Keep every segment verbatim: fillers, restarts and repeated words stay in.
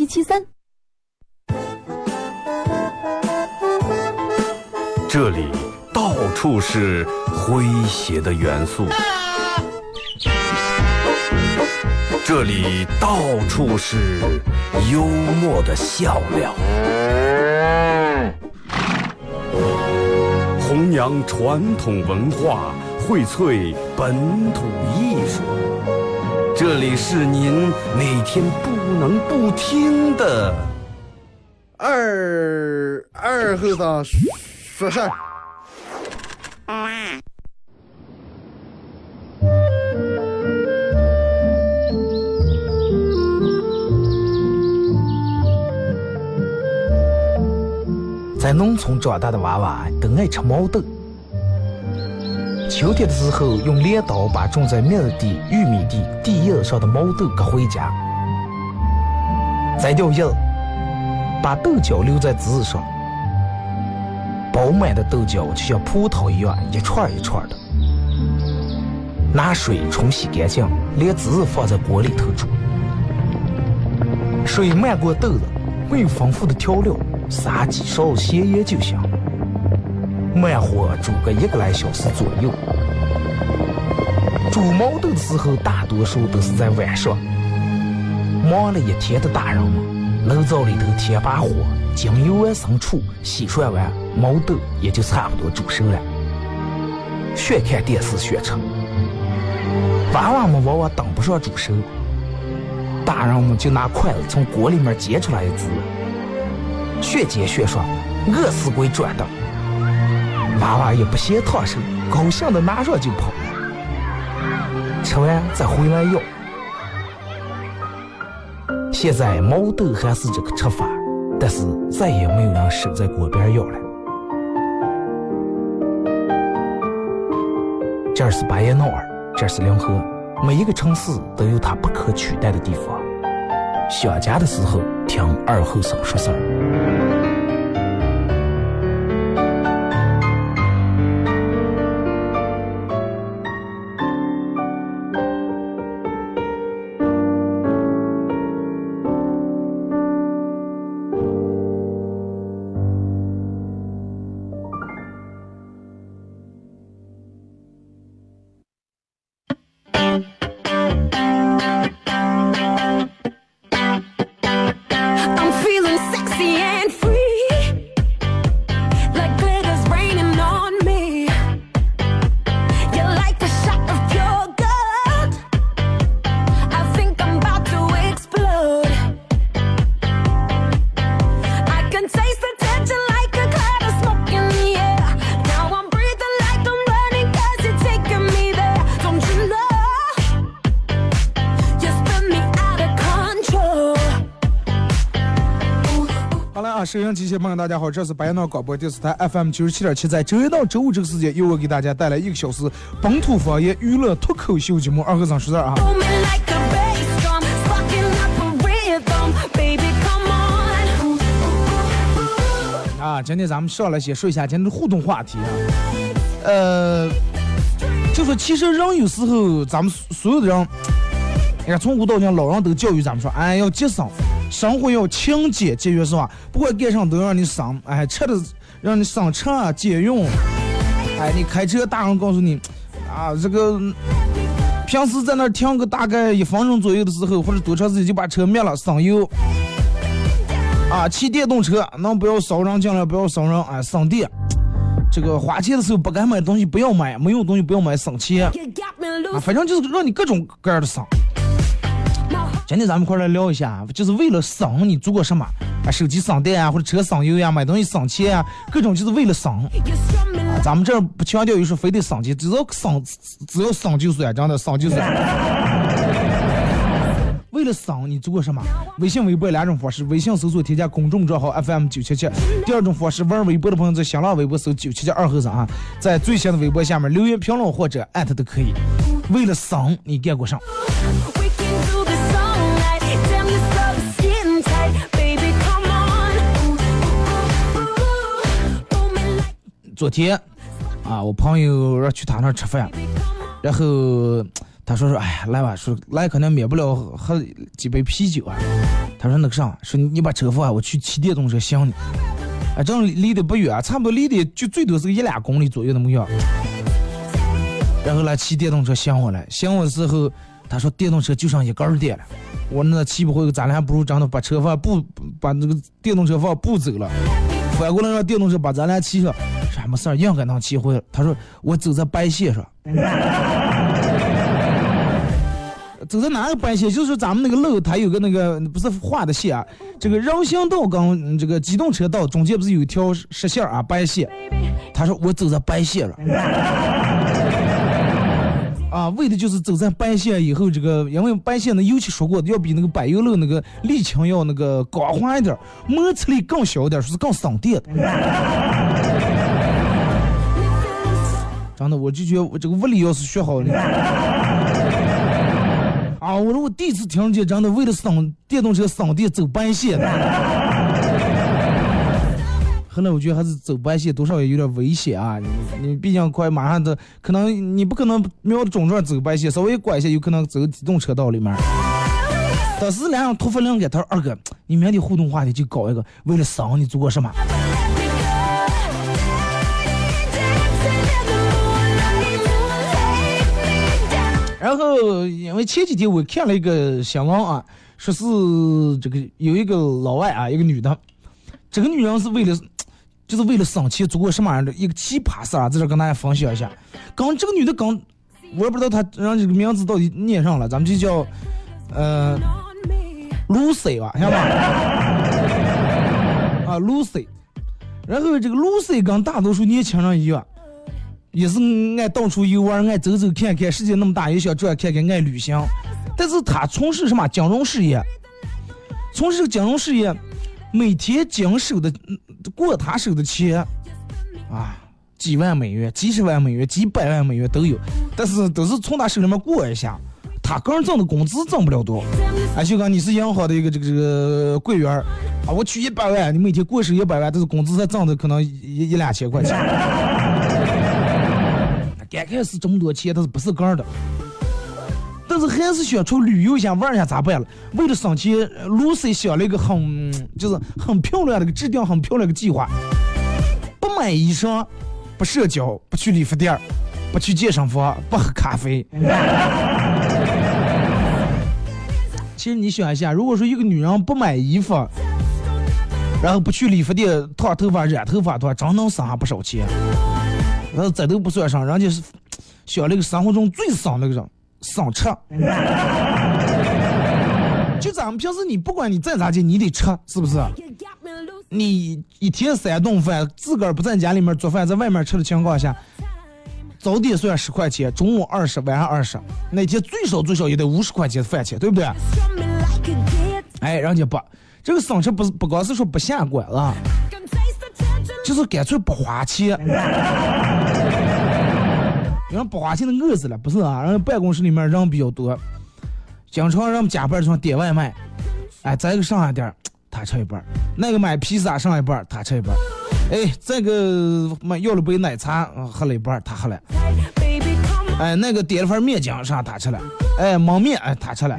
七七三。 这里到处是诙谐的元素，这里到处是幽默的笑料，弘扬传统文化，荟萃本土艺术。这里是您每天不能不听的二二后生说事儿。 在农村长大的娃娃都爱吃毛豆。秋天的时候，用镰刀把种在麦地、玉米地地叶上的毛豆割回家，摘掉叶，把豆角留在枝上。饱满的豆角就像葡萄一样，一串一串的。拿水冲洗干净，连籽放在锅里头煮。水漫过豆子，没有丰富的调料，撒几勺咸盐就行。慢火煮个一个来小时左右。煮毛豆的时候，大多数都是在晚上。忙了一天的大人们，炉灶里头添把火，将油完生醋，洗涮完，毛豆也就差不多煮熟了。学看电视学吃，娃娃们往往等不上煮熟，大人们就拿筷子从锅里面接出来一只，学煎学涮，饿死鬼转的。娃娃也不嫌烫手，高兴的拿上就跑，吃完再回来要。现在毛豆还是这个吃法，但是再也没有人守在锅边要了。这儿是巴彦淖尔，这儿是临河，每一个城市都有它不可取代的地方。想家的时候听二后生说事儿。收音机前朋友大家好，这是白闹广播电视台 F M 九十七点七，在周一到周五这个时间，由我给大家带来一个小时本土方言娱乐脱口秀节目二和尚说事儿啊。啊，今天咱们上来先说一下今天的互动话题啊，呃，就说其实人有时候咱们所有的人，你看从古到今老人都教育咱们说，哎，要节省。生活要勤俭节约是吧？不管干上都让你省，哎，吃的让你省吃啊，节用。哎，你开车，大人告诉你，啊，这个平时在那儿停个大概一分钟左右的时候，或者多长时间就把车灭了，省油。啊，骑电动车能不要烧人进来，不要烧人，哎，省电。这个花钱的时候不该买东西不要买，没有东西不要买，省钱。啊，反正就是让你各种各样的省。今天咱们一块来聊一下，就是为了省你做过什么啊？手机省电啊，或者车省油呀、啊，买东西省钱啊，各种就是为了省。啊，咱们这儿不强调于说非得省钱，只要省，只要省就算，真的省就算。为了省你做过什么？微信、微博两种方式，微信搜索添加公众账号 F M 九七七。第二种方式，玩微博的朋友在新浪微博搜九七七二后生啊，在最新的微博下面留言评论或者艾特都可以。为了省你干过啥？昨天啊，我朋友要去他那儿吃饭，然后他说说，哎呀，来吧，说来可能免不了喝几杯啤酒啊。 他说那个啥，说你把车放，我去骑电动车想你。啊，正离得不远，差不多离得就最多是个一两公里左右的模样。然后来骑电动车想我来，想我的时候，他说电动车就剩一根电了。我那骑不回，咱俩还不如真的把车放不把那个电动车放不走了，反过来让电动车把咱俩骑上，什么事儿应该能骑回了。他说我走在白线上。走在哪个白线？就是咱们那个路，它有个那个不是画的线啊，这个人行道跟这个机动车道中间不是有一条实线啊，白线。他说我走在白线了，啊，为的就是走在白线以后，这个因为白线呢，尤其说过要比那个柏油路那个沥青要那个光滑一点，摩擦力更小一点，说是更省电的。真的，我就觉得我这个物理要是学好了。啊！我说我第一次听见真的为了省电动车省电走白线的，后来我觉得还是走白线多少也有点危险啊！你你毕竟快马上的，可能你不可能瞄着中转走白线，稍微拐一下有可能走机动车道里面。当时两人突发灵感，他说二哥，你明天互动话题就搞一个，为了省你做过什么？然后，因为前几天我看了一个新闻啊，说是这个有一个老外啊，一个女的，这个女人是为了，就是为了省钱做过什么样的一个奇葩事啊，在这跟大家分享一下。刚这个女的刚，我也不知道她让这个名字到底念上了，咱们就叫呃 Lucy 吧，晓得吧？啊 Lucy， 然后这个 Lucy 跟大多数年轻人一样。也是爱到处游玩，爱走走看看，世界那么大，也想转看看，爱旅行。但是他从事什么金融事业？从事金融事业，每天经手的过他手的钱啊，几万美元、几十万美元、几百万美元都有，但是都是从他手里面过一下。他个人挣的工资挣不了多。哎，就刚你是银行的一个这个这个柜员啊，我取一百万，你每天过手一百万，但是工资才挣的可能一一两千块钱。刚开始这么多钱，但是不是个的，但是还是想出旅游一下玩一下咋办了？为了省钱 ，Lucy 想了一个很就是很漂亮的一个制定很漂亮的计划：不买衣裳，不社交，不去理发店，不去健身房，不喝咖啡。其实你想一下，如果说一个女人不买衣服，然后不去理发店烫头发、染头发的话，真能省下不少钱。然后这都不算上，人家是想那个生活中最省那个人省吃。就咱们平时你不管你再咋地，你得吃，是不是？你一天三顿饭，自个儿不在家里面做饭，在外面吃的情况下，早点算十块钱，中午二十，晚上二十，那天最少最少也得五十块钱的饭钱，对不对？哎，人家不，这个省吃不是不光是说不下馆了。就是干脆不花钱，因为不花钱的饿死了，不是啊？然后办公室里面人比较多，经常让加班上点外卖，哎，再一个上一点他吃一半，那个买披萨上一半他吃一半，哎，这个要了杯奶茶喝了一半他喝了，哎，那个点了份面酱上他吃了，哎，焖面哎他吃了。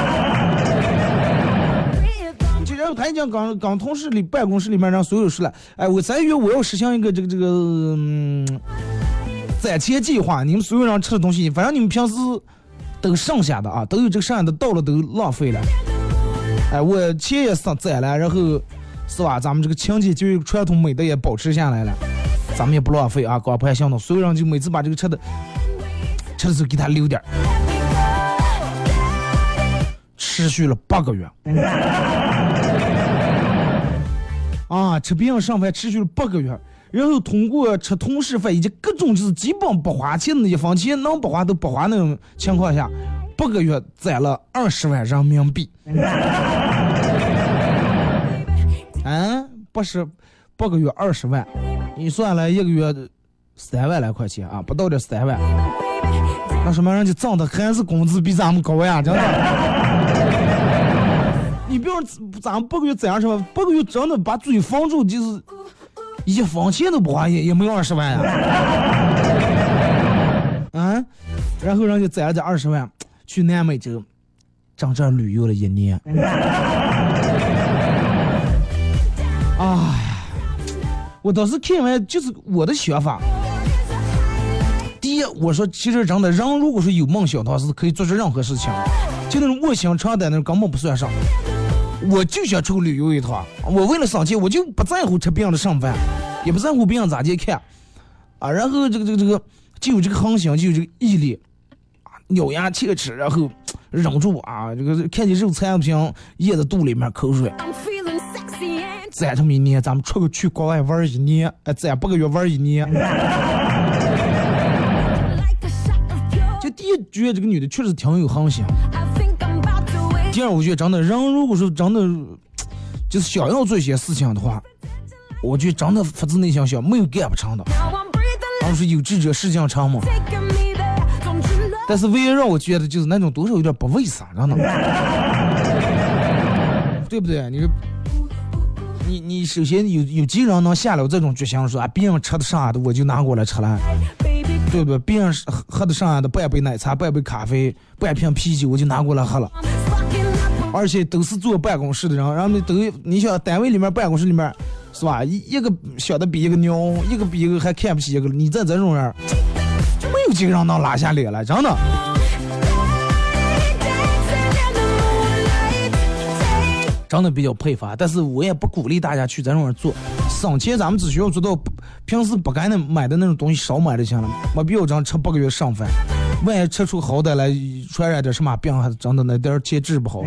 然后他已经刚刚同事里办公室里面让所有事了，哎，我三月我要实行一个这个这个嗯攒钱计划，你们所有人吃的东西，反正你们平时都剩下的啊，都有这个剩下的到了都浪费了，哎，我钱也省攒了，然后是吧？咱们这个情节就有传统美德也保持下来了，咱们也不浪费啊，光盘行动，所有人就每次把这个吃的吃的时候给他留点，持续了八个月。啊，吃别人上饭持续了八个月，然后通过吃同事饭以及各种就是基本不花钱的一分钱能不花都不花那种情况下，八个月攒了二十万人民币。啊，不是八个月二十万，你算来一个月三万来块钱啊，不到点三万。那什么人家挣的还是工资比咱们高呀，真的。你比如咱们八个月攒二十万，八个月真的把嘴封住，就是一分钱都不花，也也没有二十万呀。啊，然后人家攒了这二十万，去南美洲，整这旅游了一年。 我当时看完就是我的想法。第一，我说其实真的人如果是有梦想的话，是可以做出任何事情，就那种卧薪尝胆那种根本不算上。我就想出去旅游一趟，我为了省钱，我就不在乎吃别人的剩饭，也不在乎别人咋地看啊。然后这个这个这个就有这个恒心，就有这个毅力啊，咬牙切齿，然后忍住啊，这个看见肉餐不行，咽在肚里面口水。再这么一年，咱们出个去国外玩一年，哎，再八个月玩一年。就第一，觉得这个女的确实挺有恒心。第二，我觉得真的人如果说真的就是想要做一些事情的话，我觉得真的发自内心想，没有干不成的。然后是有志者事竟成嘛。但是唯一让我觉得就是那种多少有点不卫生，真的，对不对？你说，你你首先有有几个人能下了这种决心，说啊，别人吃的啥的我就拿过来吃了。对不对？别人喝的上的半杯奶茶、半杯咖啡、半瓶啤酒，我就拿过来喝了。而且都是坐办公室的人，然后都你想单位里面办公室里面是吧？一一个小的比一个牛，一个比一个还看不起一个。你在这种人，没有几个人能拉下脸来，真的。真的比较佩服，但是我也不鼓励大家去这种人做。省钱咱们只需要做到平时不该那买的那种东西少买就行了，没必要这样吃八个月剩饭，万一吃出好歹来传染点什么病，还真的那点钱治不好。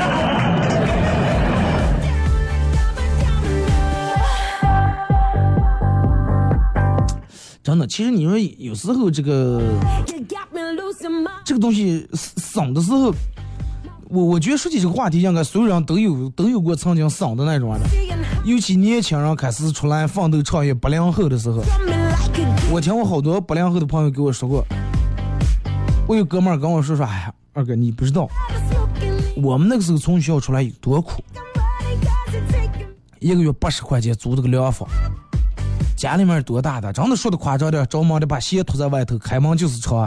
真的，其实你说有时候这个这个东西省的时候，我我觉得说起这个话题，应该所有人都有都有过曾经省的那种的，尤其年轻人开始出来奋斗创业八零后的时候，我听过好多八零后的朋友给我说过，我有哥们儿跟我说说，哎呀，二哥你不知道，我们那个时候从学校出来有多苦，一个月八十块钱租这个凉房，家里面多大的，真的说的夸张点，着忙的把鞋脱在外头，开门就是车。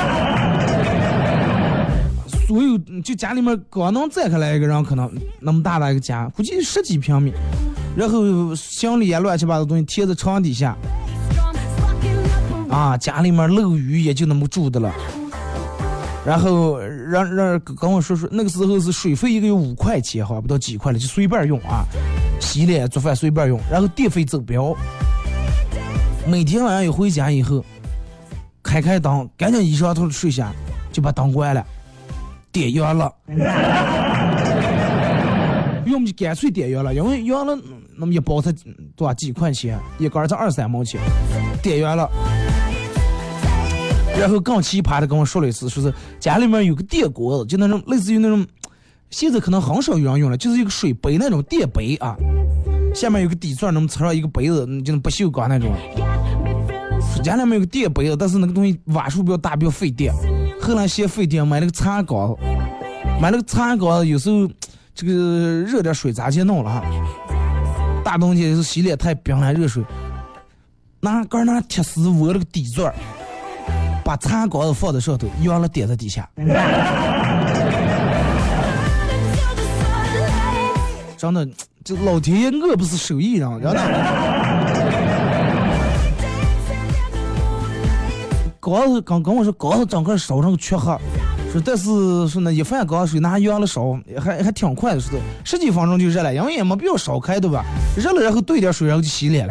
所有就家里面刚能再开来一个人，可能那么大的一个家，估计十几平米，然后行李也乱七八糟东西贴在床底下，啊，家里面漏雨也就那么住的了。然后让让跟我说说，那个时候是水费一个月五块钱，好不到几块了，就随便用啊，洗脸做饭随便用，然后电费走标，每天晚上一回家以后，开开灯，赶紧一上头睡下，就把灯关了。点燃了，要么就干脆点燃了，因为燃了那么一包才多少几块钱，一根才二三毛钱，点燃了。然后更奇葩的跟我说了一次，说是家里面有个电锅子，就那种类似于那种，现在可能很少有人用了，就是一个水杯那种电杯啊，下面有个底钻，能插上一个杯子，就是不锈钢那种。家里面有个电杯子，但是那个东西瓦数比较大，比较费电。后来嫌费电，买了个擦膏，买了个擦膏，有时候这个热点水咋去弄了哈？大冬天是洗脸太冰了，热水拿杆拿铁丝窝了个底钻，把擦膏子放在上头，用了点在底下。真的，这老天爷饿不是手艺人，真的。膏子刚跟我说，膏子整个烧上个缺黑，说但是说呢，一饭膏水拿油了烧，还还挺快的，说的十几分钟就热了，因为也没必要烧开，对吧？热了然后兑点水，然后就洗脸了。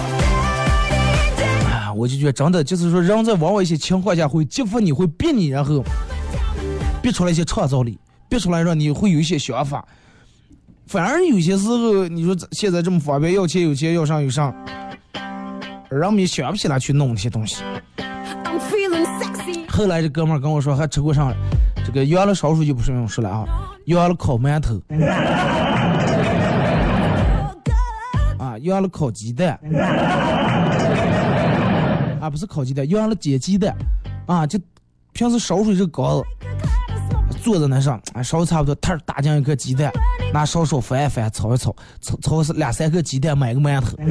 啊，我就觉得真的就是说，人在往往一些情况下会激发你，会逼你，然后逼出来一些创造力，逼出来让你会有一些想法。反而有些时候，你说现在这么方便，要钱有钱，要上有上，让我们也想不起来去弄那些东西。后来这哥们儿跟我说，还吃过上这个原了烧水就不是用说了啊，原了烤馒头啊，原了烤鸡蛋啊，不是烤鸡蛋，原了煎鸡蛋啊，就平时烧水这个膏子坐在那上啊，烧差不多，他打进一颗鸡蛋，拿烧手翻一翻，炒一炒，炒炒两三颗鸡蛋，买个馒头。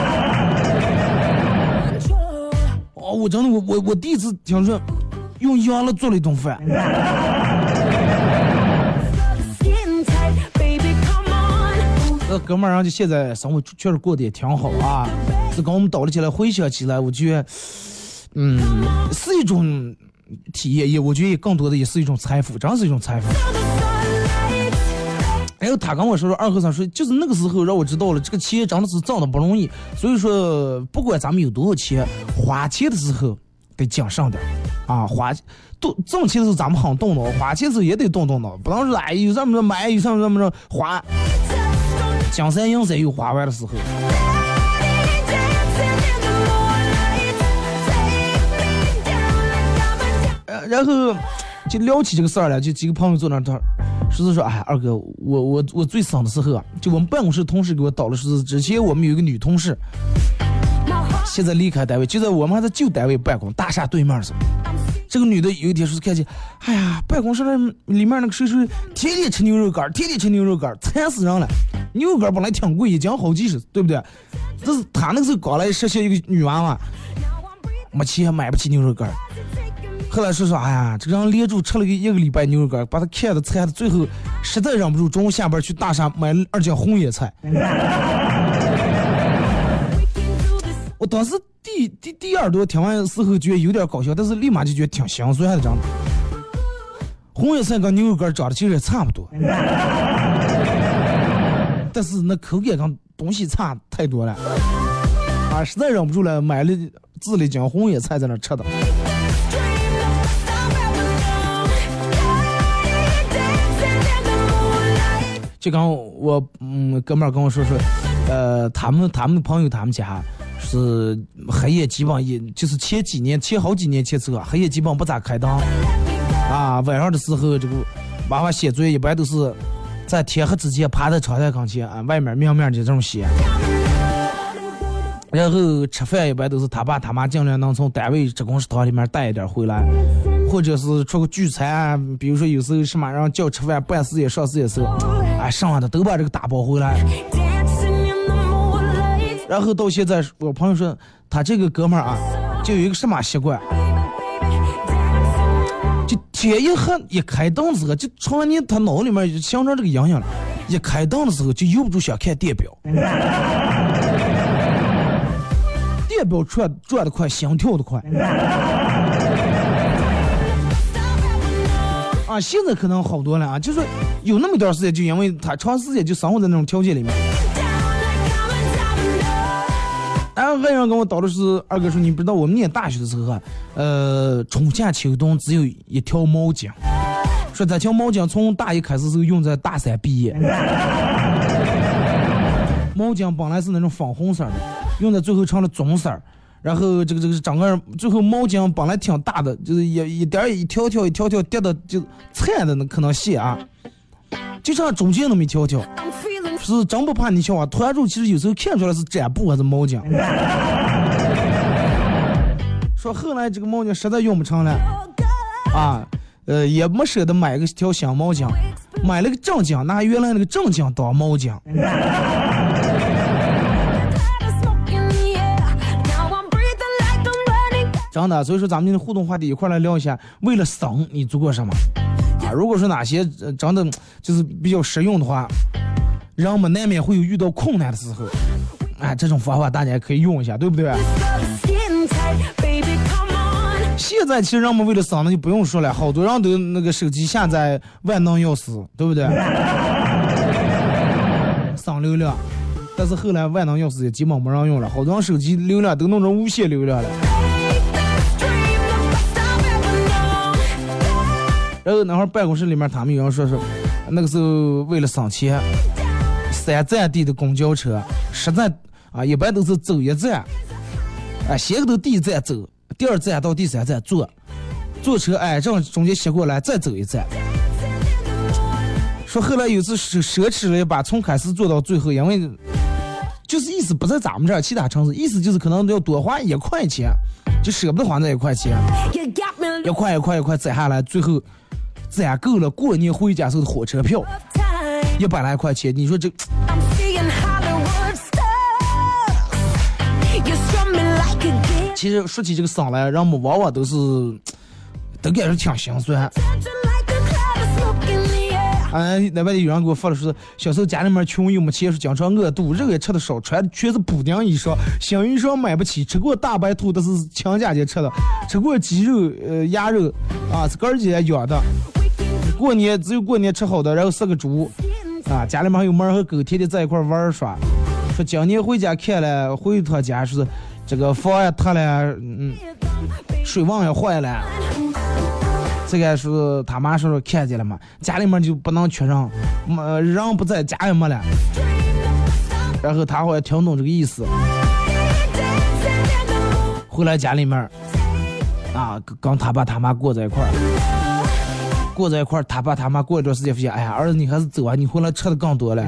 哦，我真的，我我我第一次听说用羊了做了一顿饭。 这哥们儿人家现在生活确实过得也挺好啊。是跟我们倒了起来，回想起来，我觉得，嗯，是一种体验，也我觉得也更多的也是一种财富，真是一种财富。然后他跟我说说，二和尚说，就是那个时候让我知道了，这个钱真的是挣的不容易。所以说，不管咱们有多少钱，花钱的时候得谨慎点啊，花动挣钱的时候咱们很动脑，花钱的时候也得动动脑，不能说哎有这么着买，有这么这么着花，江山银山有花完的时候。然后就聊起这个事儿了，就几个朋友坐那儿，他说是说，哎，二哥，我我我最伤的时候啊，就我们办公室同事给我倒了，是之前我们有一个女同事，现在离开单位，就在我们还在旧单位办公，大厦对面是。这个女的有一天说是看见，哎呀，办公室里面那个谁谁天天吃牛肉干，天天吃牛肉干，馋死人了。牛肉干本来挺贵，一斤好几十，对不对？这是他那个时候刚来实习一个女娃娃，没钱买不起牛肉干。后来说说，哎呀，这个人连住吃了一个礼拜牛肉干，把他看的馋的，最后实在忍不住，中午下班去大厦买了二斤红叶菜。我当时第第第二多听完时候觉得有点搞笑，但是立马就觉得挺心酸的，这样的。红叶菜跟牛肉干长得其实也差不多，但是那口感跟东西差太多了，啊，实在忍不住了，买了自里斤红叶菜在那吃的。就刚我嗯哥们儿跟我说说，呃，他们他们朋友他们家是黑夜基本也就是前几年前好几年前次黑夜基本不咋开灯啊，晚上的时候这个娃娃写作业一般都是在天黑之前趴在窗台跟前啊，外面明面就这种写，然后吃饭一般都是他爸他妈尽量能从单位职工食堂里面带一点回来，或者是出个聚餐，比如说有时候什么让叫吃饭办事业上事业时候，哎，剩下的都把这个打包回来。然后到现在，我朋友说他这个哥们儿啊，就有一个什么习惯，就天一黑一开灯的时候，就常年他脑里面就形成这个影响了，一开灯的时候就由不住想看电表。电表转转得快，心跳得快。啊，现在可能好多了啊，就是有那么一段时间，就因为他长时间就生活在那种条件里面。然后爱人跟我叨的是，二哥说你不知道我们念大学的时候啊，呃，春夏秋冬只有一条毛巾，说这条毛巾从大一开始是用在大三毕业。毛巾本来是那种粉红色的，用在最后成了棕色，然后这个这个整个最后毛巾本来挺大的，就是一一点一条条一条条叠的就菜的那可能细啊，就像中间那么一条条，是真不怕你笑啊！突然之后其实有时候看出来是毡布还是毛巾。说后来这个毛巾实在用不成了啊，呃也没舍得买个条新毛巾，买了个正经，拿原来那个正经当毛巾。真的，所以说咱们今天互动话题一块来聊一下，为了省你做过什么啊？如果说哪些真的就是比较实用的话，人们难免会有遇到困难的时候，哎，这种方法大家可以用一下，对不对？现在其实人们为了省，那就不用说了，好多人都那个手机下载万能钥匙，对不对？省流量，但是后来万能钥匙也基本没人用了，好多人手机流量都弄成无限流量了。然后那会儿办公室里面他们有人说是那个时候为了省钱，三站地的公交车实在啊一般都是走一站，啊先个到第一站走，第二站到第三站坐，坐车哎这样中间斜过来再走一站。说后来有次奢侈了一把，从开始坐到最后，因为就是意思不在咱们这儿其他城市，意思就是可能要多花一块钱，就舍不得花那一块钱，一块一块一块攒下来，最后攒够了过年回家时候的火车票一百来块钱，你说这其实说起这个省来，人们往往都是都感觉挺心酸。 啊，那边有人给我发了说，小时候家里面穷又没钱，是经常饿肚，肉也吃的少，穿全是补丁衣裳，新衣裳买不起，吃过大白兔都是亲家家吃的，吃过鸡肉、呃鸭肉啊是哥姐养的，过年只有过年吃好的，然后杀个猪啊，家里面还有猫和狗天天在一块玩耍。说今年回家看了，回他家说这个房也塌了，嗯，水网也坏了。这个是他妈说看见了嘛，家里面就不能缺人，呃，人不在家也没了。然后他好像听懂这个意思，回来家里面啊，跟他爸他妈过在一块儿，过在一块儿，他爸他妈过一段时间发现，哎呀，儿子你还是走啊，你回来吃的更多了。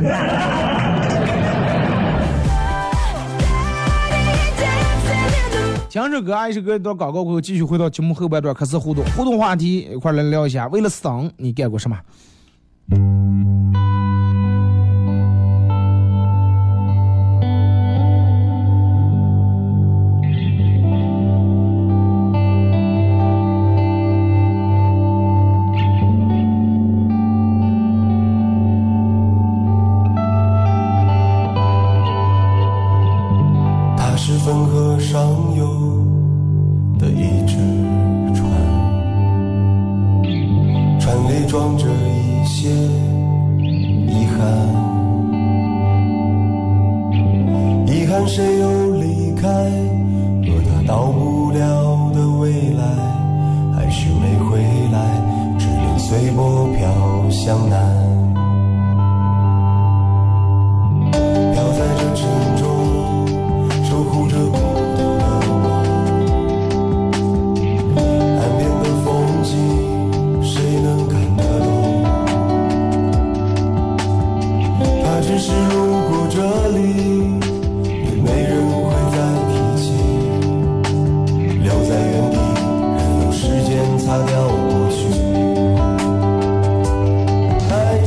听着歌，爱是歌一段广告过后，继续回到节目后半段开始互动。互动话题一块来聊一下，为了省你干过什么？ 它是汾河上游的一只船，船里装着一些遗憾，遗憾谁又离开，和他到不了的未来，还是没回来，只能随波飘向南，飘在这沉重守护着孤独的我，岸边的风景谁能看得懂，它只是路过这里也没人会再提起，留在原地任由时间擦掉过去，爱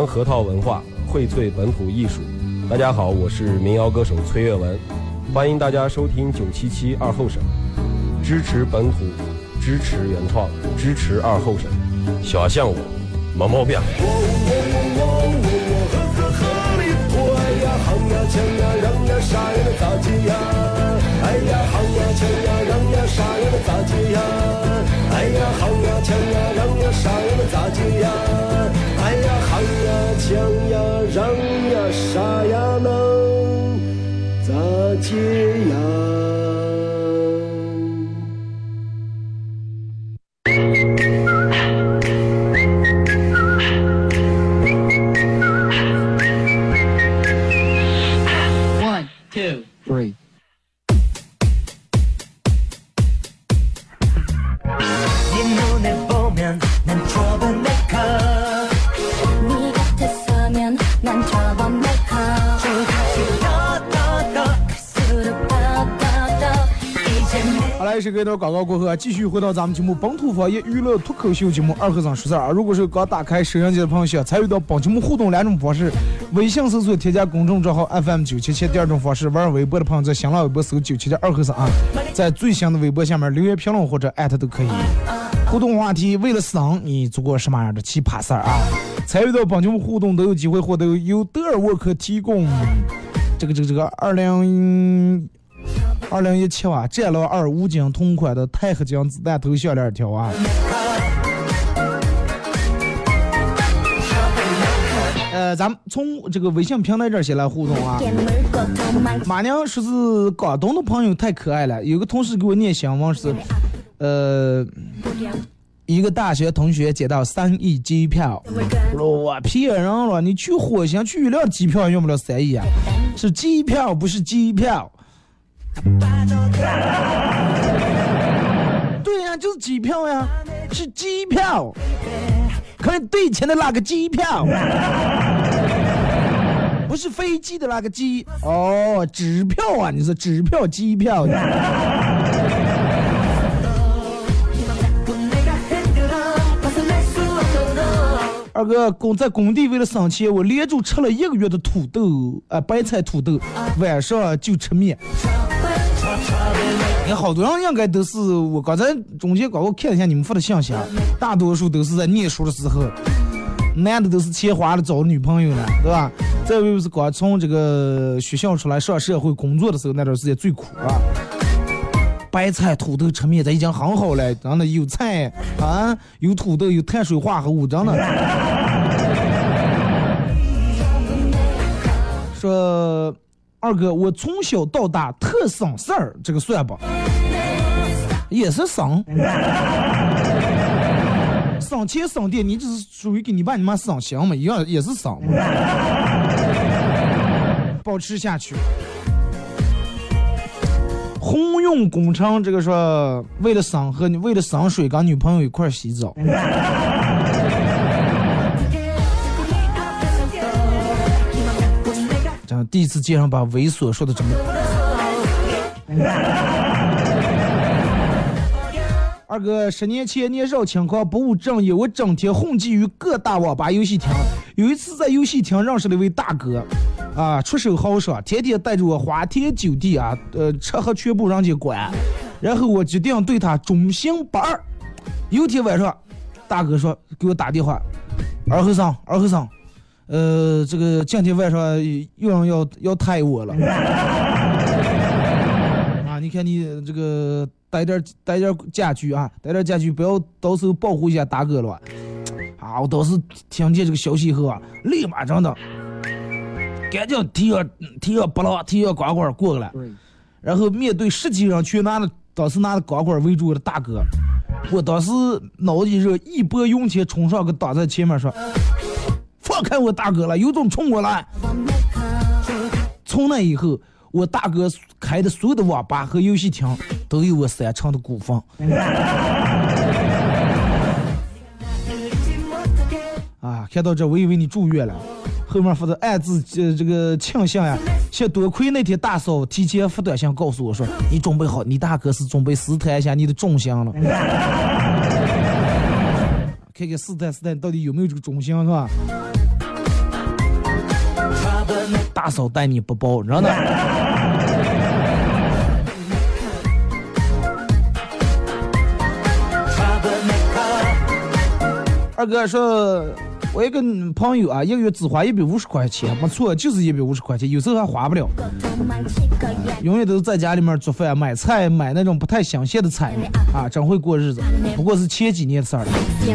核桃文化，荟萃本土艺术。大家好，我是民谣歌手崔月文，欢迎大家收听九七七二后省，支持本土，支持原创，支持二后省。小像我，没毛病。行呀抢呀让呀杀呀那咋接呀？哎呀行呀抢呀让呀杀呀那咋接呀？哎呀行呀抢呀让呀杀呀那咋接呀？哎呀行呀抢呀让呀杀呀能咋接呀？ 是给到广告过后啊，继续回到咱们节目本土方言娱乐脱口秀节目二和尚说事儿啊。如果是刚打开收音机的朋友，想参与到本节目互动两种方式：微信搜索添加公众账号 F M 九七七；第二种方式，玩微博的朋友在新浪微博搜九七七二和尚啊，在最新的微博下面留言评论或者艾特都可以。互动话题：为了生，你做过什么样的奇葩事儿啊？参与到本节目互动都有机会获得由德尔沃克提供这个这个这个二零。二零一七啊，战狼二五金同款的钛合金子弹头项链条啊。呃，咱们从这个微信平台这儿先来互动啊。马娘说是广东的朋友太可爱了，有个同事给我念新闻是，呃，一个大学同学捡到三亿机票，我说我骗人了，你去火星去月亮机票用不了三亿啊，是机票不是机票。对呀、啊，就是机票呀，是机票，可以兑钱的那个机票，不是飞机的那个机哦，纸票啊，你是纸票机票的。二哥工在工地为了省钱，我连着吃了一个月的土豆，啊、呃，白菜土豆，晚上就吃面。你好多人应该都是，我刚才中间刚我看了一下你们发的信息啊，大多数都是在念书的时候，男的都是钱花了找女朋友了，对吧？再有就是刚从这个学校出来上社会工作的时候，那段时间最苦啊。白菜土豆吃面，这已经很好了，真的有菜啊，有土豆，有碳水化合物，真的。说二哥，我从小到大特省事儿，这个算吧，也是省，省钱省电，你只是属于给你爸你妈省心嘛，一样也是省，保持下去。红用工程这个说为了省和你为了省水跟女朋友一块洗澡。这样第一次见上把猥琐说的这么。二哥，十年前年少轻狂不务正业，我整天混迹于各大网吧游戏厅。有一次在游戏厅认识了一位大哥，啊，出手豪爽，天天带着我花天酒地啊，呃，吃喝全部让家管。然后我决定对他忠心不二。有天晚上，大哥说给我打电话，二和尚，二和尚，呃，这个今天晚上有人要要抬我了。啊，你看你这个带点带点家具啊，带点家具，不要到时候保护一下大哥了。啊，我当时听见这个消息以后啊，立马真的赶紧提着提着不拉提着光棍过来，然后面对十几人全拿了当时拿着光棍围住我的大哥，我当时脑子一热，一波涌起冲上个挡在前面说，放开我大哥了，有种冲过来。从那以后，我大哥开的所有的网吧和游戏厅都有我三成的股份。啊，看到这我以为你住院了，后面发的暗自这这个庆幸呀，像多亏那天大嫂提前发短信告诉我说，你准备好，你大哥是准备试探一下你的重心了。看看试探试探到底有没有这个重心是吧？ 大嫂待你不薄，你知道呢？二哥说，我一个朋友啊，一个月只花一百五十块钱，没错，就是一百五十块钱，有时候还花不了。永远都是在家里面做饭、买菜、买那种不太新鲜的菜啊，真会过日子。不过是前几年的事儿了。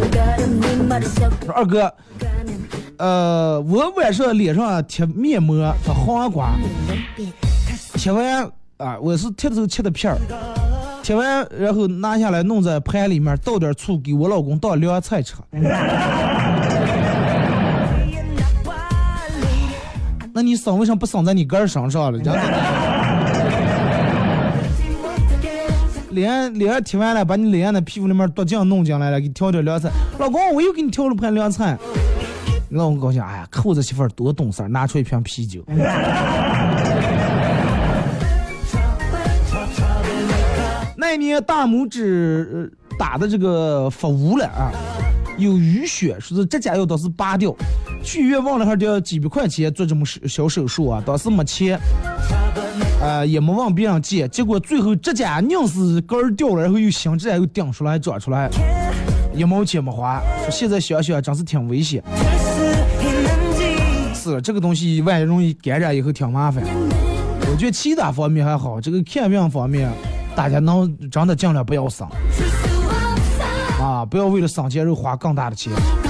二哥，呃，我晚上脸上贴面膜和黄瓜，贴完啊，我是贴的时候切的片儿。贴完，然后拿下来弄在盘里面，倒点醋，给我老公当凉菜吃。那你省为什么不省在你根身上了？脸脸贴完了，把你脸的皮肤里面多酱弄进来了，给调点凉菜。老公，我又给你调了盘凉菜。老公高兴，哎呀，扣子媳妇儿多懂事儿，拿出一瓶啤酒。那年大拇指打的这个发乌了啊，有淤血，说是指甲油倒是拔掉，去医院忘了还得几百块钱做这么小手术啊，当时没钱，呃也没往别人借，结果最后指甲硬是根儿掉了，然后又新指甲又顶出来长出来，一毛钱没花，说现在想想真是挺危险。是这个东西万一容易感染以后挺麻烦，我觉得其他方面还好，这个看病方面大家能真的尽量不要省啊，不要为了省钱肉花更大的钱。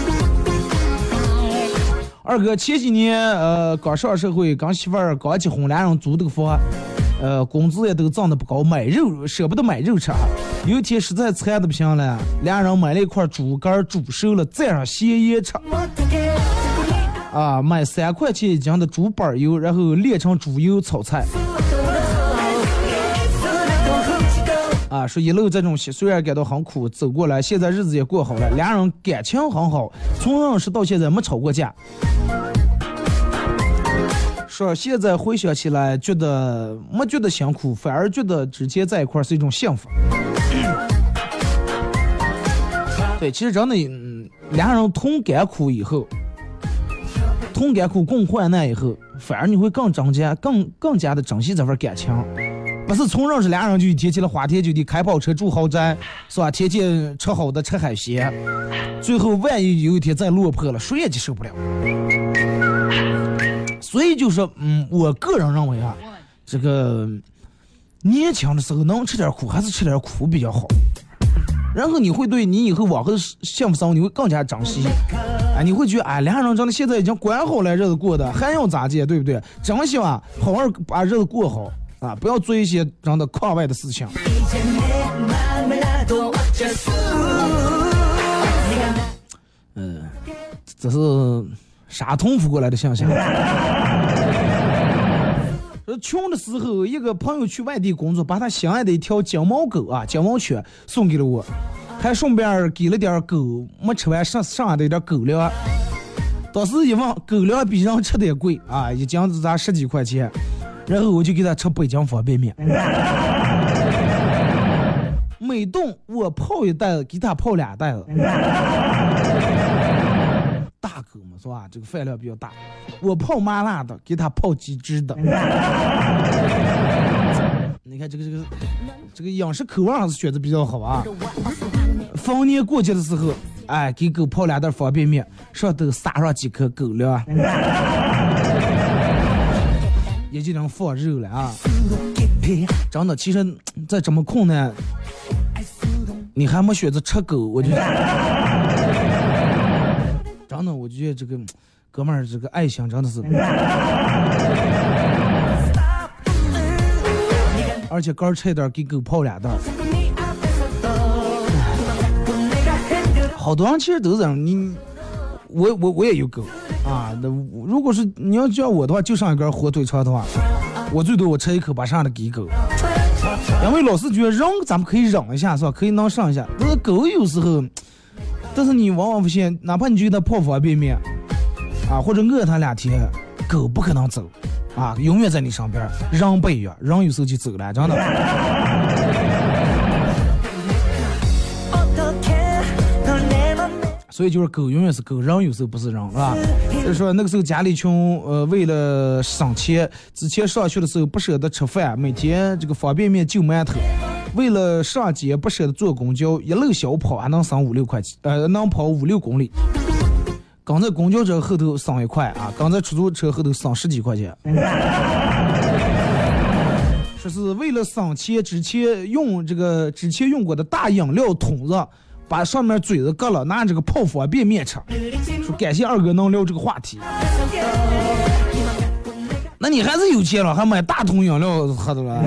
二哥前几年呃刚上社会，跟媳妇儿刚结婚，俩人租这个房，呃工资也都挣得不高，买肉舍不得买肉吃。有一天实在馋的不行了，俩人买了一块猪肝煮熟了，蘸上咸盐吃。啊，买三块钱一斤的猪板油，然后炼成猪油炒菜。啊，说一路这种虽然感到很苦，走过来，现在日子也过好了，两人感情很好，从认识到现在没吵过架。说现在回想起来，觉得没觉得辛苦，反而觉得之前在一块是一种幸福。对，其实真的，嗯，两人同甘苦以后，同甘苦共患难以后，反而你会更增加、更更加的珍惜这份感情。不是从认识俩人就天起了花天酒地，开跑车住豪宅，是吧？天天吃好的吃海鲜，最后万一有一天再落魄了，谁也接受不了。所以就是嗯，我个人认为啊，这个年轻的时候能吃点苦还是吃点苦比较好，然后你会对你以后往后的幸福生活你会更加珍惜。哎，你会觉得哎，俩人真的现在已经管好了日子过的，还要咋接，对不对？珍惜啊，好好把日子过好。啊，不要做一些让的框外的事情。嗯、呃，这是啥同福过来的现象？穷的时候，一个朋友去外地工作，把他心爱的一条金毛狗啊，金毛犬送给了我，还顺便给了点狗没吃完剩剩下的一点狗粮。当时一问，狗粮比人吃的也贵啊，一斤子才十几块钱。然后我就给他吃北京方便面，每顿我泡一袋子，给他泡俩袋子。大狗嘛是吧？这个饭量比较大，我泡麻辣的，给他泡鸡汁的。你看这个这个这个饮食口味还是选择比较好啊。逢年过节的时候，哎，给狗泡俩袋方便面，上头撒上几颗狗粮。也就能放肉了啊！真的，其实在这么困难，你还没选择吃狗，我就真的，我觉得这个哥们儿这个爱心真的是，而且刚吃一点给狗泡俩袋，好多人其实都这样，你我我我也有狗。啊，那如果是你要叫我的话，就上一根火腿肠的话，我最多我吃一口把上的给狗，因为老是觉得人咱们可以忍一下是吧？可以能上一下，但是狗有时候，但是你往往不信，哪怕你就给它泡方便面，啊或者饿它两天，狗不可能走，啊永远在你身边，人不一样，人有时候就走了，真的。 所以就是狗永远是狗，人有时候不是人，是吧？就是说那个时候家里穷，呃，为了省钱，之前上学的时候不舍得吃饭，每天这个方便面就馒头，为了上街不舍得坐公交，一路小跑还能省五六块钱，呃，能跑五六公里。刚在公交车后头省一块啊，刚在出租车后头省十几块钱。说是为了省钱，之前用这个之前用过的大饮料桶子。把上面嘴子割了，拿这个泡方便面吃。说感谢二哥能聊这个话题。那你还是有钱了，还买大桶饮料喝的了。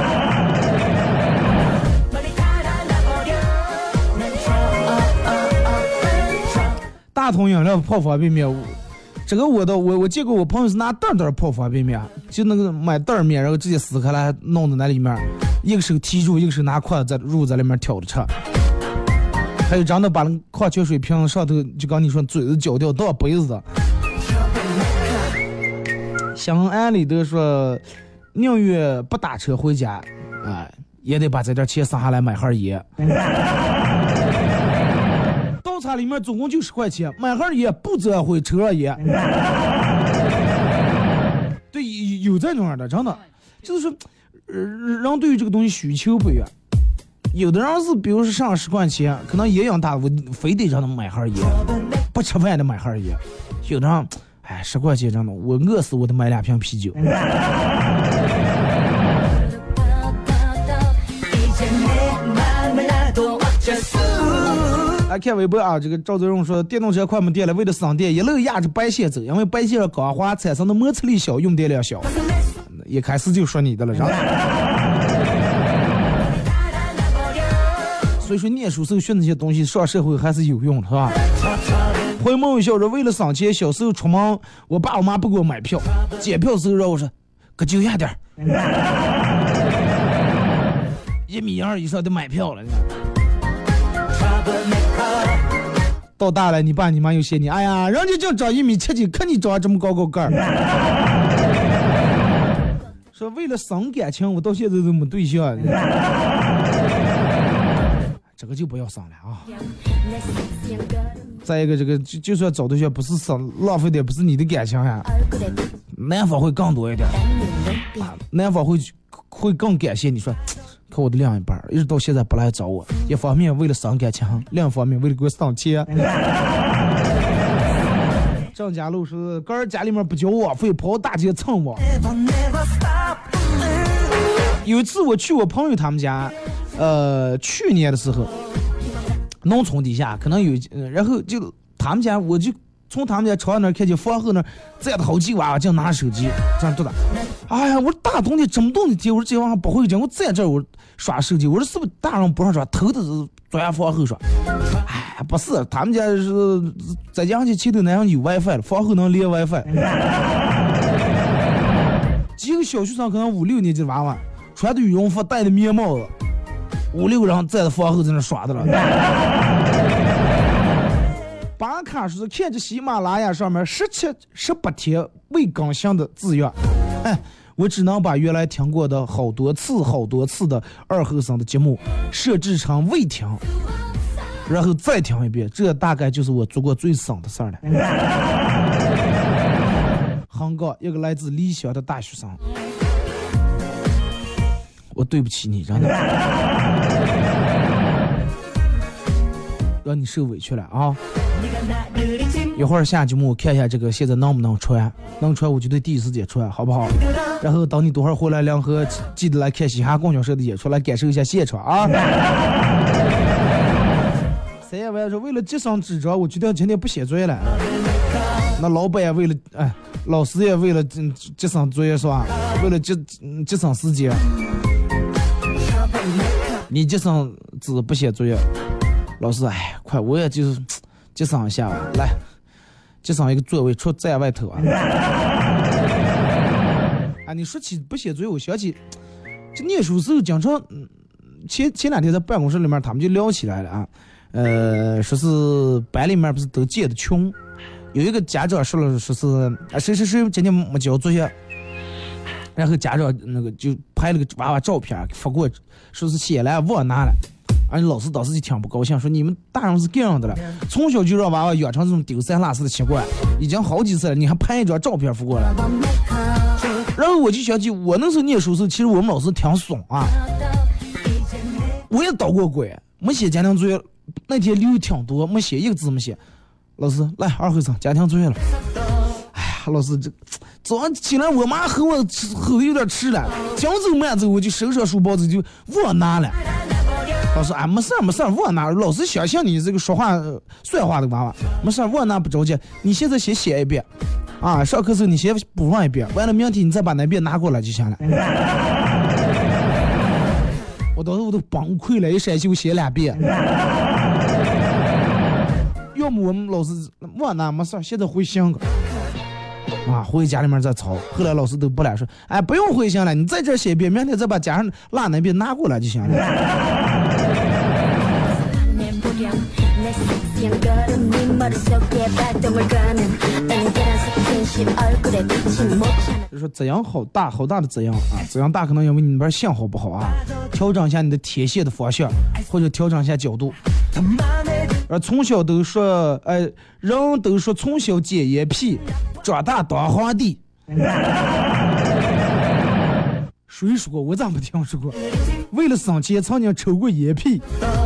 大桶饮料泡方便面，这个我的我我见过，我朋友是拿袋袋泡方便面，就那个买袋面，然后直接撕开来弄在那里面，一个手提住，一个手拿筷子在入在里面挑着吃。还有真的把那矿泉水瓶上头就跟你说嘴子搅掉当杯子的。湘安里头说宁愿不打车回家，哎，也得把这点钱省下来买盒烟。倒茶里面总共就十块钱，买盒烟不折回车上烟。对，有这种样的，真的就是说，人对于这个东西需求不一样。有的人是，比如说上十块钱，可能也养大，我非得让他买盒烟，不吃饭的买盒烟。有的人，哎，十块钱真的，我饿死我得买两瓶啤酒。来看微博啊，这个赵泽荣说，电动车快没电了，为了省电，一路压着白线走，因为白线上光滑产生的摩擦力小，用电量小。一开始就说你的了，然后。所以说念书时候学那些东西上社会还是有用的，是吧？回眸一笑说，为了省钱，小时候出门我爸我妈不给我买票，检票时候让我说可就下点一米二以上得买票了。到大了你爸你妈又嫌你，哎呀人家就长一米七几，看你长这么高高个儿。说为了省感情我到现在都没对象。这个就不要省了啊！再一个，这个就就算找对象，不是省浪费的，不是你的感情呀，男方会更多一点，啊、男方会会更感谢你说，可我的另一半一直到现在不来找我，一方面为了省感情，另一方面为了给我省钱。张家路说，哥儿家里面不交网费，跑大街蹭我。有一次我去我朋友他们家。呃，去年的时候，农村底下可能有，呃、然后就他们家，我就从他们家窗那看见房后那站着好几个娃娃，正拿手机这样对的。哎呀，我说大冬天这么冻的天，我说这玩意不会这样，我在这儿我刷手机，我说是不是大人不让刷，头的是钻房后刷？哎，不是，他们家是在家去前头那样有 WiFi 了，房后能连 WiFi。几个小学生可能五六年级的娃娃，穿的羽绒服，戴的棉帽子。五六个人在房后在那耍的了。巴卡说是看着喜马拉雅上面十七十八天未更新的字样，哎，我只能把原来听过的好多次好多次的二后生的节目设置成未听，然后再听一遍，这大概就是我做过最省的事儿了。韩国一个来自理想的大学生，我对不起你，真的，让你受委屈了啊！一会儿下节目我看一下这个现在能不能穿，能穿我就得第一时间穿，好不好？然后等你多会儿回来，两河记得来看嘻哈供销社的演出，来感受一下现场啊！三爷我说为了节省纸张，我决定今天不写作业了。那老板也为了哎，老师也为了节省作业是吧？为了节节省时间。你节省纸不写作业，老师哎，快我也就是节省一下吧，来节省一个座位出在外头啊！啊，你说起不写作业，我想起这念书时候经常，前前两天在办公室里面他们就聊起来了啊，呃，说是班里面不是都借的穷，有一个家长说了说是啊谁谁谁今天没交作业。然后家长那个就拍了个娃娃照片发过，说是写来忘拿了， 而且老师当时就挺不高兴，说你们大人是这样的了，从小就让娃娃养成这种丢三落四的习惯，已经好几次了，你还拍一张照片发过来。然后我就想起我那时候念书时候，其实我们老师挺爽啊，我也捣过鬼，没写家庭作业，那天留挺多，没写一个字没写。老师来二回生家庭作业了。哎呀，老师这早上起来我妈和我吼的有点迟了，讲走慢走我就收上书包子就忘拿了。老师哎没事没事忘拿，老师相信你这个说话、呃、算话的娃娃，没事忘拿不着急，你现在先写一遍啊，上课时候你先补上一遍，完了明天你再把那遍拿过来就行了。我当时我都崩溃了，一闪就写两遍。要么我们老师忘拿没事，现在回信个啊，回家里面再抄。后来老师都不来说，哎，不用回信了，你在这写一遍，明天再把家上落那遍拿过来就行了。就说滋阳好大好大的滋阳啊，滋阳大可能因为你那边信号不好啊，调整一下你的天线的方向，或者调整一下角度。而从小都说，呃，人都说从小捡烟屁，长大当皇帝。谁说过？我咋没听说过？为了省钱，曾经抽过烟屁。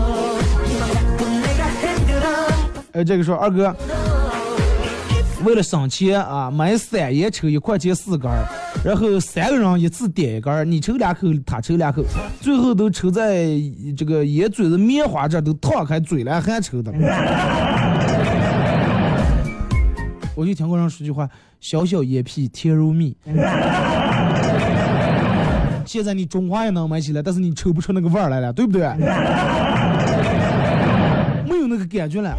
哎，这个说二哥，为了省钱啊，买散烟抽一块钱四根，然后三个人一次点一根，你抽两口，他抽两口，最后都抽在这个烟嘴的棉花这都烫开嘴来还抽的。我就听过人说句话：小小烟屁甜如蜜。现在你中华也能买起来，但是你抽不出那个味儿来了，对不对？没有那个感觉了。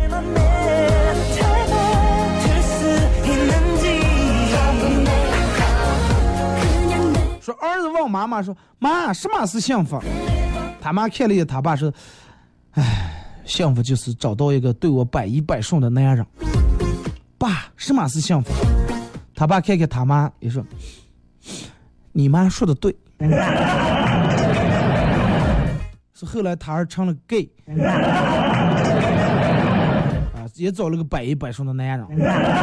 说儿子问妈妈说：“妈，什么是幸福？”他妈看了一眼他爸说：“哎，幸福就是找到一个对我百依百顺的男人。”爸，什么是幸福？他爸看看他妈也说：“你妈说的对。”是后来他儿成了 gay 啊，也找了个百依百顺的男人。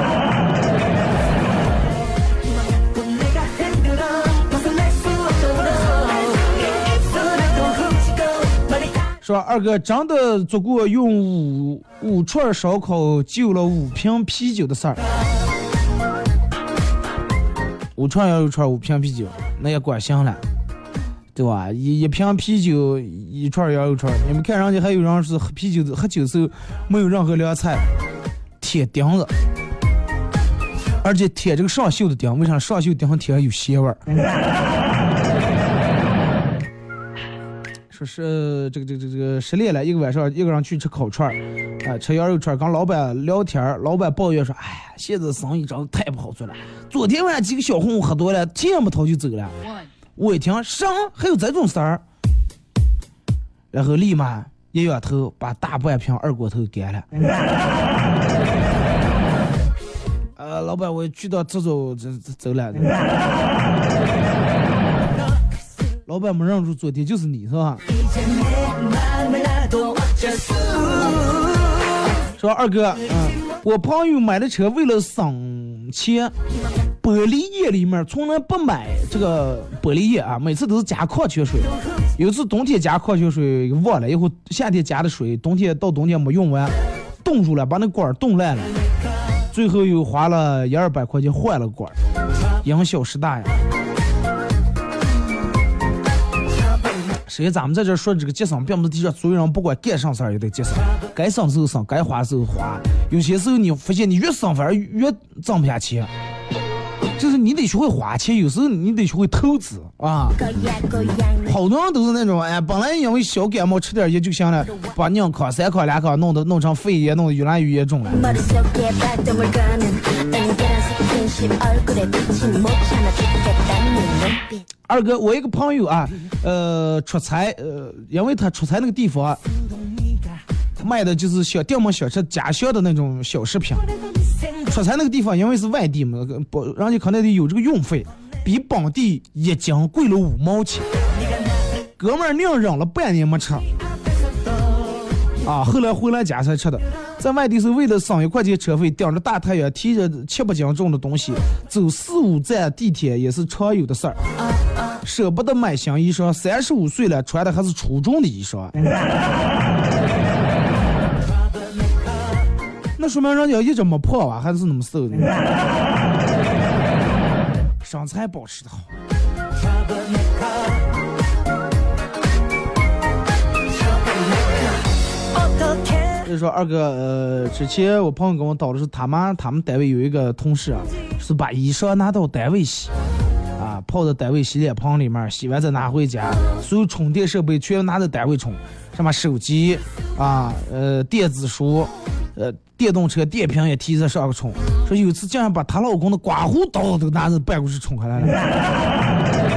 说二哥真的做过用五五串烧烤救了五瓶啤酒的事儿。五串要一串，五瓶啤酒，那也管行了，对吧？一一瓶啤酒，一串要一串。你们看人家还有人是喝啤酒喝酒时候没有任何凉菜，铁钉子，而且铁这个上锈的钉，为啥上锈钉上铁有腥味儿？说是这个这个这个失恋了，一个晚上一个人去吃烤串啊、呃，吃羊肉串，跟老板聊天，老板抱怨说：“哎呀，现在生意真的太不好做了。昨天晚上几个小混混喝多了，钱不掏就走了。”我一听，上还有这种事儿，然后立马一仰头把大半瓶二锅头干了。呃，老板，我去到这走走走了。老板没认出昨天就是你是吧？说二哥，嗯，我朋友买的车为了省钱，玻璃液里面从来不买这个玻璃液啊，每次都是加矿泉水。有一次冬天加矿泉水忘了，以后夏天加的水，冬天到冬天没用完，冻住了，把那管冻烂了，最后又花了一二百块钱换了管，因小失大呀。所以咱们在这说这个节省，并不是提倡所有人不管干啥事儿也得节省，该省时候省，该花时候花。有些时候你发现你越省反而越挣不下钱，就是你得学会花钱，有时候你得学会投资啊。好多人都是那种，哎，本来因为小感冒吃点药就行了，把两康三康两康弄得弄成肺炎，弄得越来越严重了。二哥，我一个朋友啊，呃，出差，呃，因为他出差那个地方、啊、卖的就是小店嘛小吃家乡的那种小食品。出差那个地方因为是外地嘛，不，人家可能得有这个运费，比本地一斤贵了五毛钱。哥们儿宁忍了半年没吃， 啊，后来回来家才吃的。在外地是为了省一块钱车费，顶着大太阳，提着七八斤重的东西，走四五站地铁也是常有的事儿。舍不得买新衣裳，三十五岁了，穿的还是初中的衣裳。那说明人家一直没破啊，还是那么瘦的，身材保持的好。就是说二哥，呃，之前我朋友跟我叨的是他妈他们单位有一个同事啊，是把衣裳拿到单位洗，啊，泡在单位洗脸盆里面，洗完再拿回家，所有充电设备全拿在单位充，什么手机啊，呃，电子书，呃，电动车电瓶也提着上个充。说有一次竟然把她老公的刮胡刀都拿着办公室充回来了，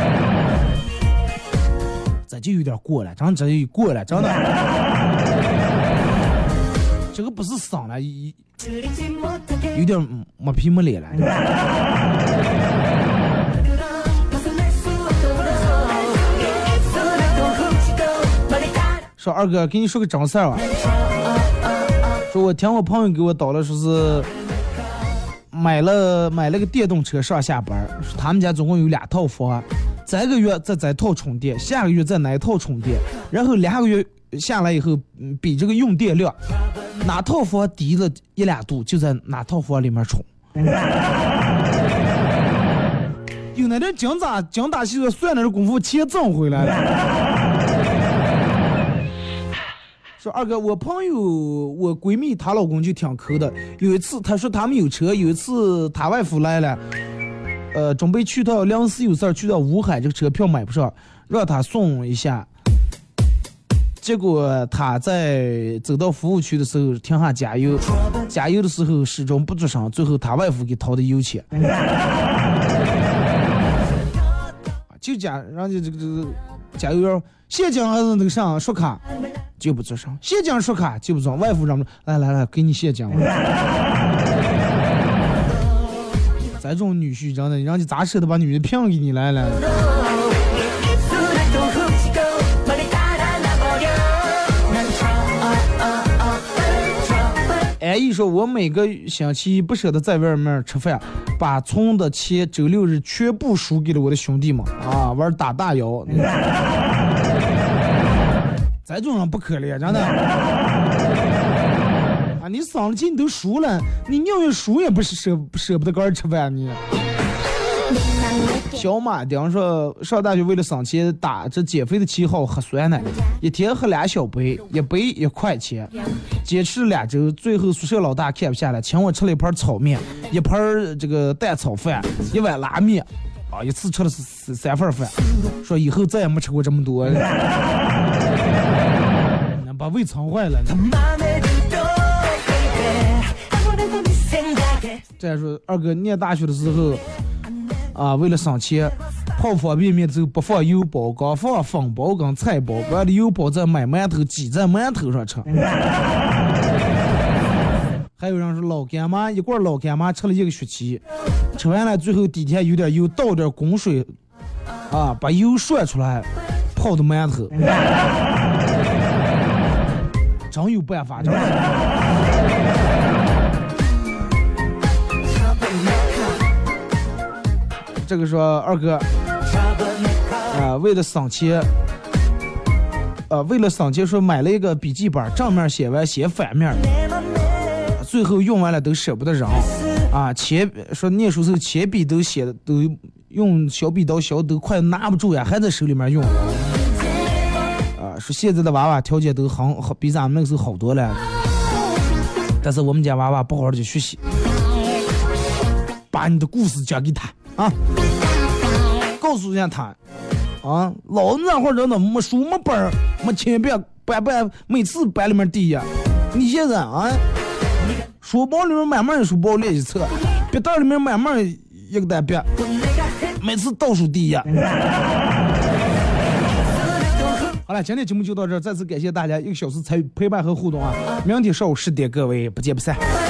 这就有点过了，真这就过了，真的。这个不是伤了，有点没皮没脸了。说二哥，给你说个真事儿啊。说我听我朋友给我叨了，说是买了买了个电动车上下班，说他们家总共有两套房，这个月在这套充电，下个月在哪一套充电，然后两个月下来以后，嗯，比这个用电量，哪套房低了一两度，就在哪套房里面充。有那点精打精打细算算那点功夫，钱挣回来了。说二哥，我朋友我闺蜜她老公就挺抠的，有一次她说他们有车，有一次她外父来了，呃，准备去到临时有事儿去到武汉，这个车票买不上，让他送一下。结果他在走到服务区的时候停下加油，加油的时候始终不吱声，最后他外父给掏的油钱。就加人家这个这个加油员现金还是那个上刷卡就不吱声，现金刷卡就不吱声，外父让来来来给你现金了。咱这种女婿真的，人家咋舍得把女的骗给你来了？安逸说，我每个星期不舍得在外面吃饭，把存的钱周六日全部输给了我的兄弟们啊，玩打大摇。咱这种人不可怜，真的。啊，你伤了气你都输了，你宁愿输也不是舍舍不得跟人吃饭你。小马丁说，上大学为了省钱，打着减肥的旗号喝酸奶，一天喝俩小杯，一杯一块钱，坚持了两周，最后宿舍老大看不下来，请我吃了一盘炒面，一盘这个蛋炒饭，一碗拉面，啊，一次吃了三三份饭，说以后再也没吃过这么多，能把胃撑坏了。再说二哥念大学的时候。啊，为了省钱，泡方便面之后不放油包，光放粉包跟菜包，把的油包再买馒头挤在馒头上吃。还有人说老干妈一罐老干妈吃了一个学期，吃完了最后底下有点油，倒点滚水，啊，把油涮出来，泡的馒头。真有办法，真是。这个说二哥，啊、呃，为了省钱，呃，为了省钱说买了一个笔记本，正面写完写反面，最后用完了都舍不得扔，啊，铅说念书时候铅笔都写的都用小笔刀削都快拿不住呀，还在手里面用，啊，说现在的娃娃条件都好好比咱们那个时候好多了，但是我们家娃娃不好好的学习，把你的故事讲给他。啊，告诉一下他，啊，老子那会儿真的没书没本儿没铅笔，班班每次班里面第一。你现在啊，书包里面满满的书包练习册，笔袋里面满满一个单笔，每次倒数第一。好了，今天节目就到这儿，再次感谢大家一个小时参与陪伴和互动啊！明天上午十点，各位不见不散。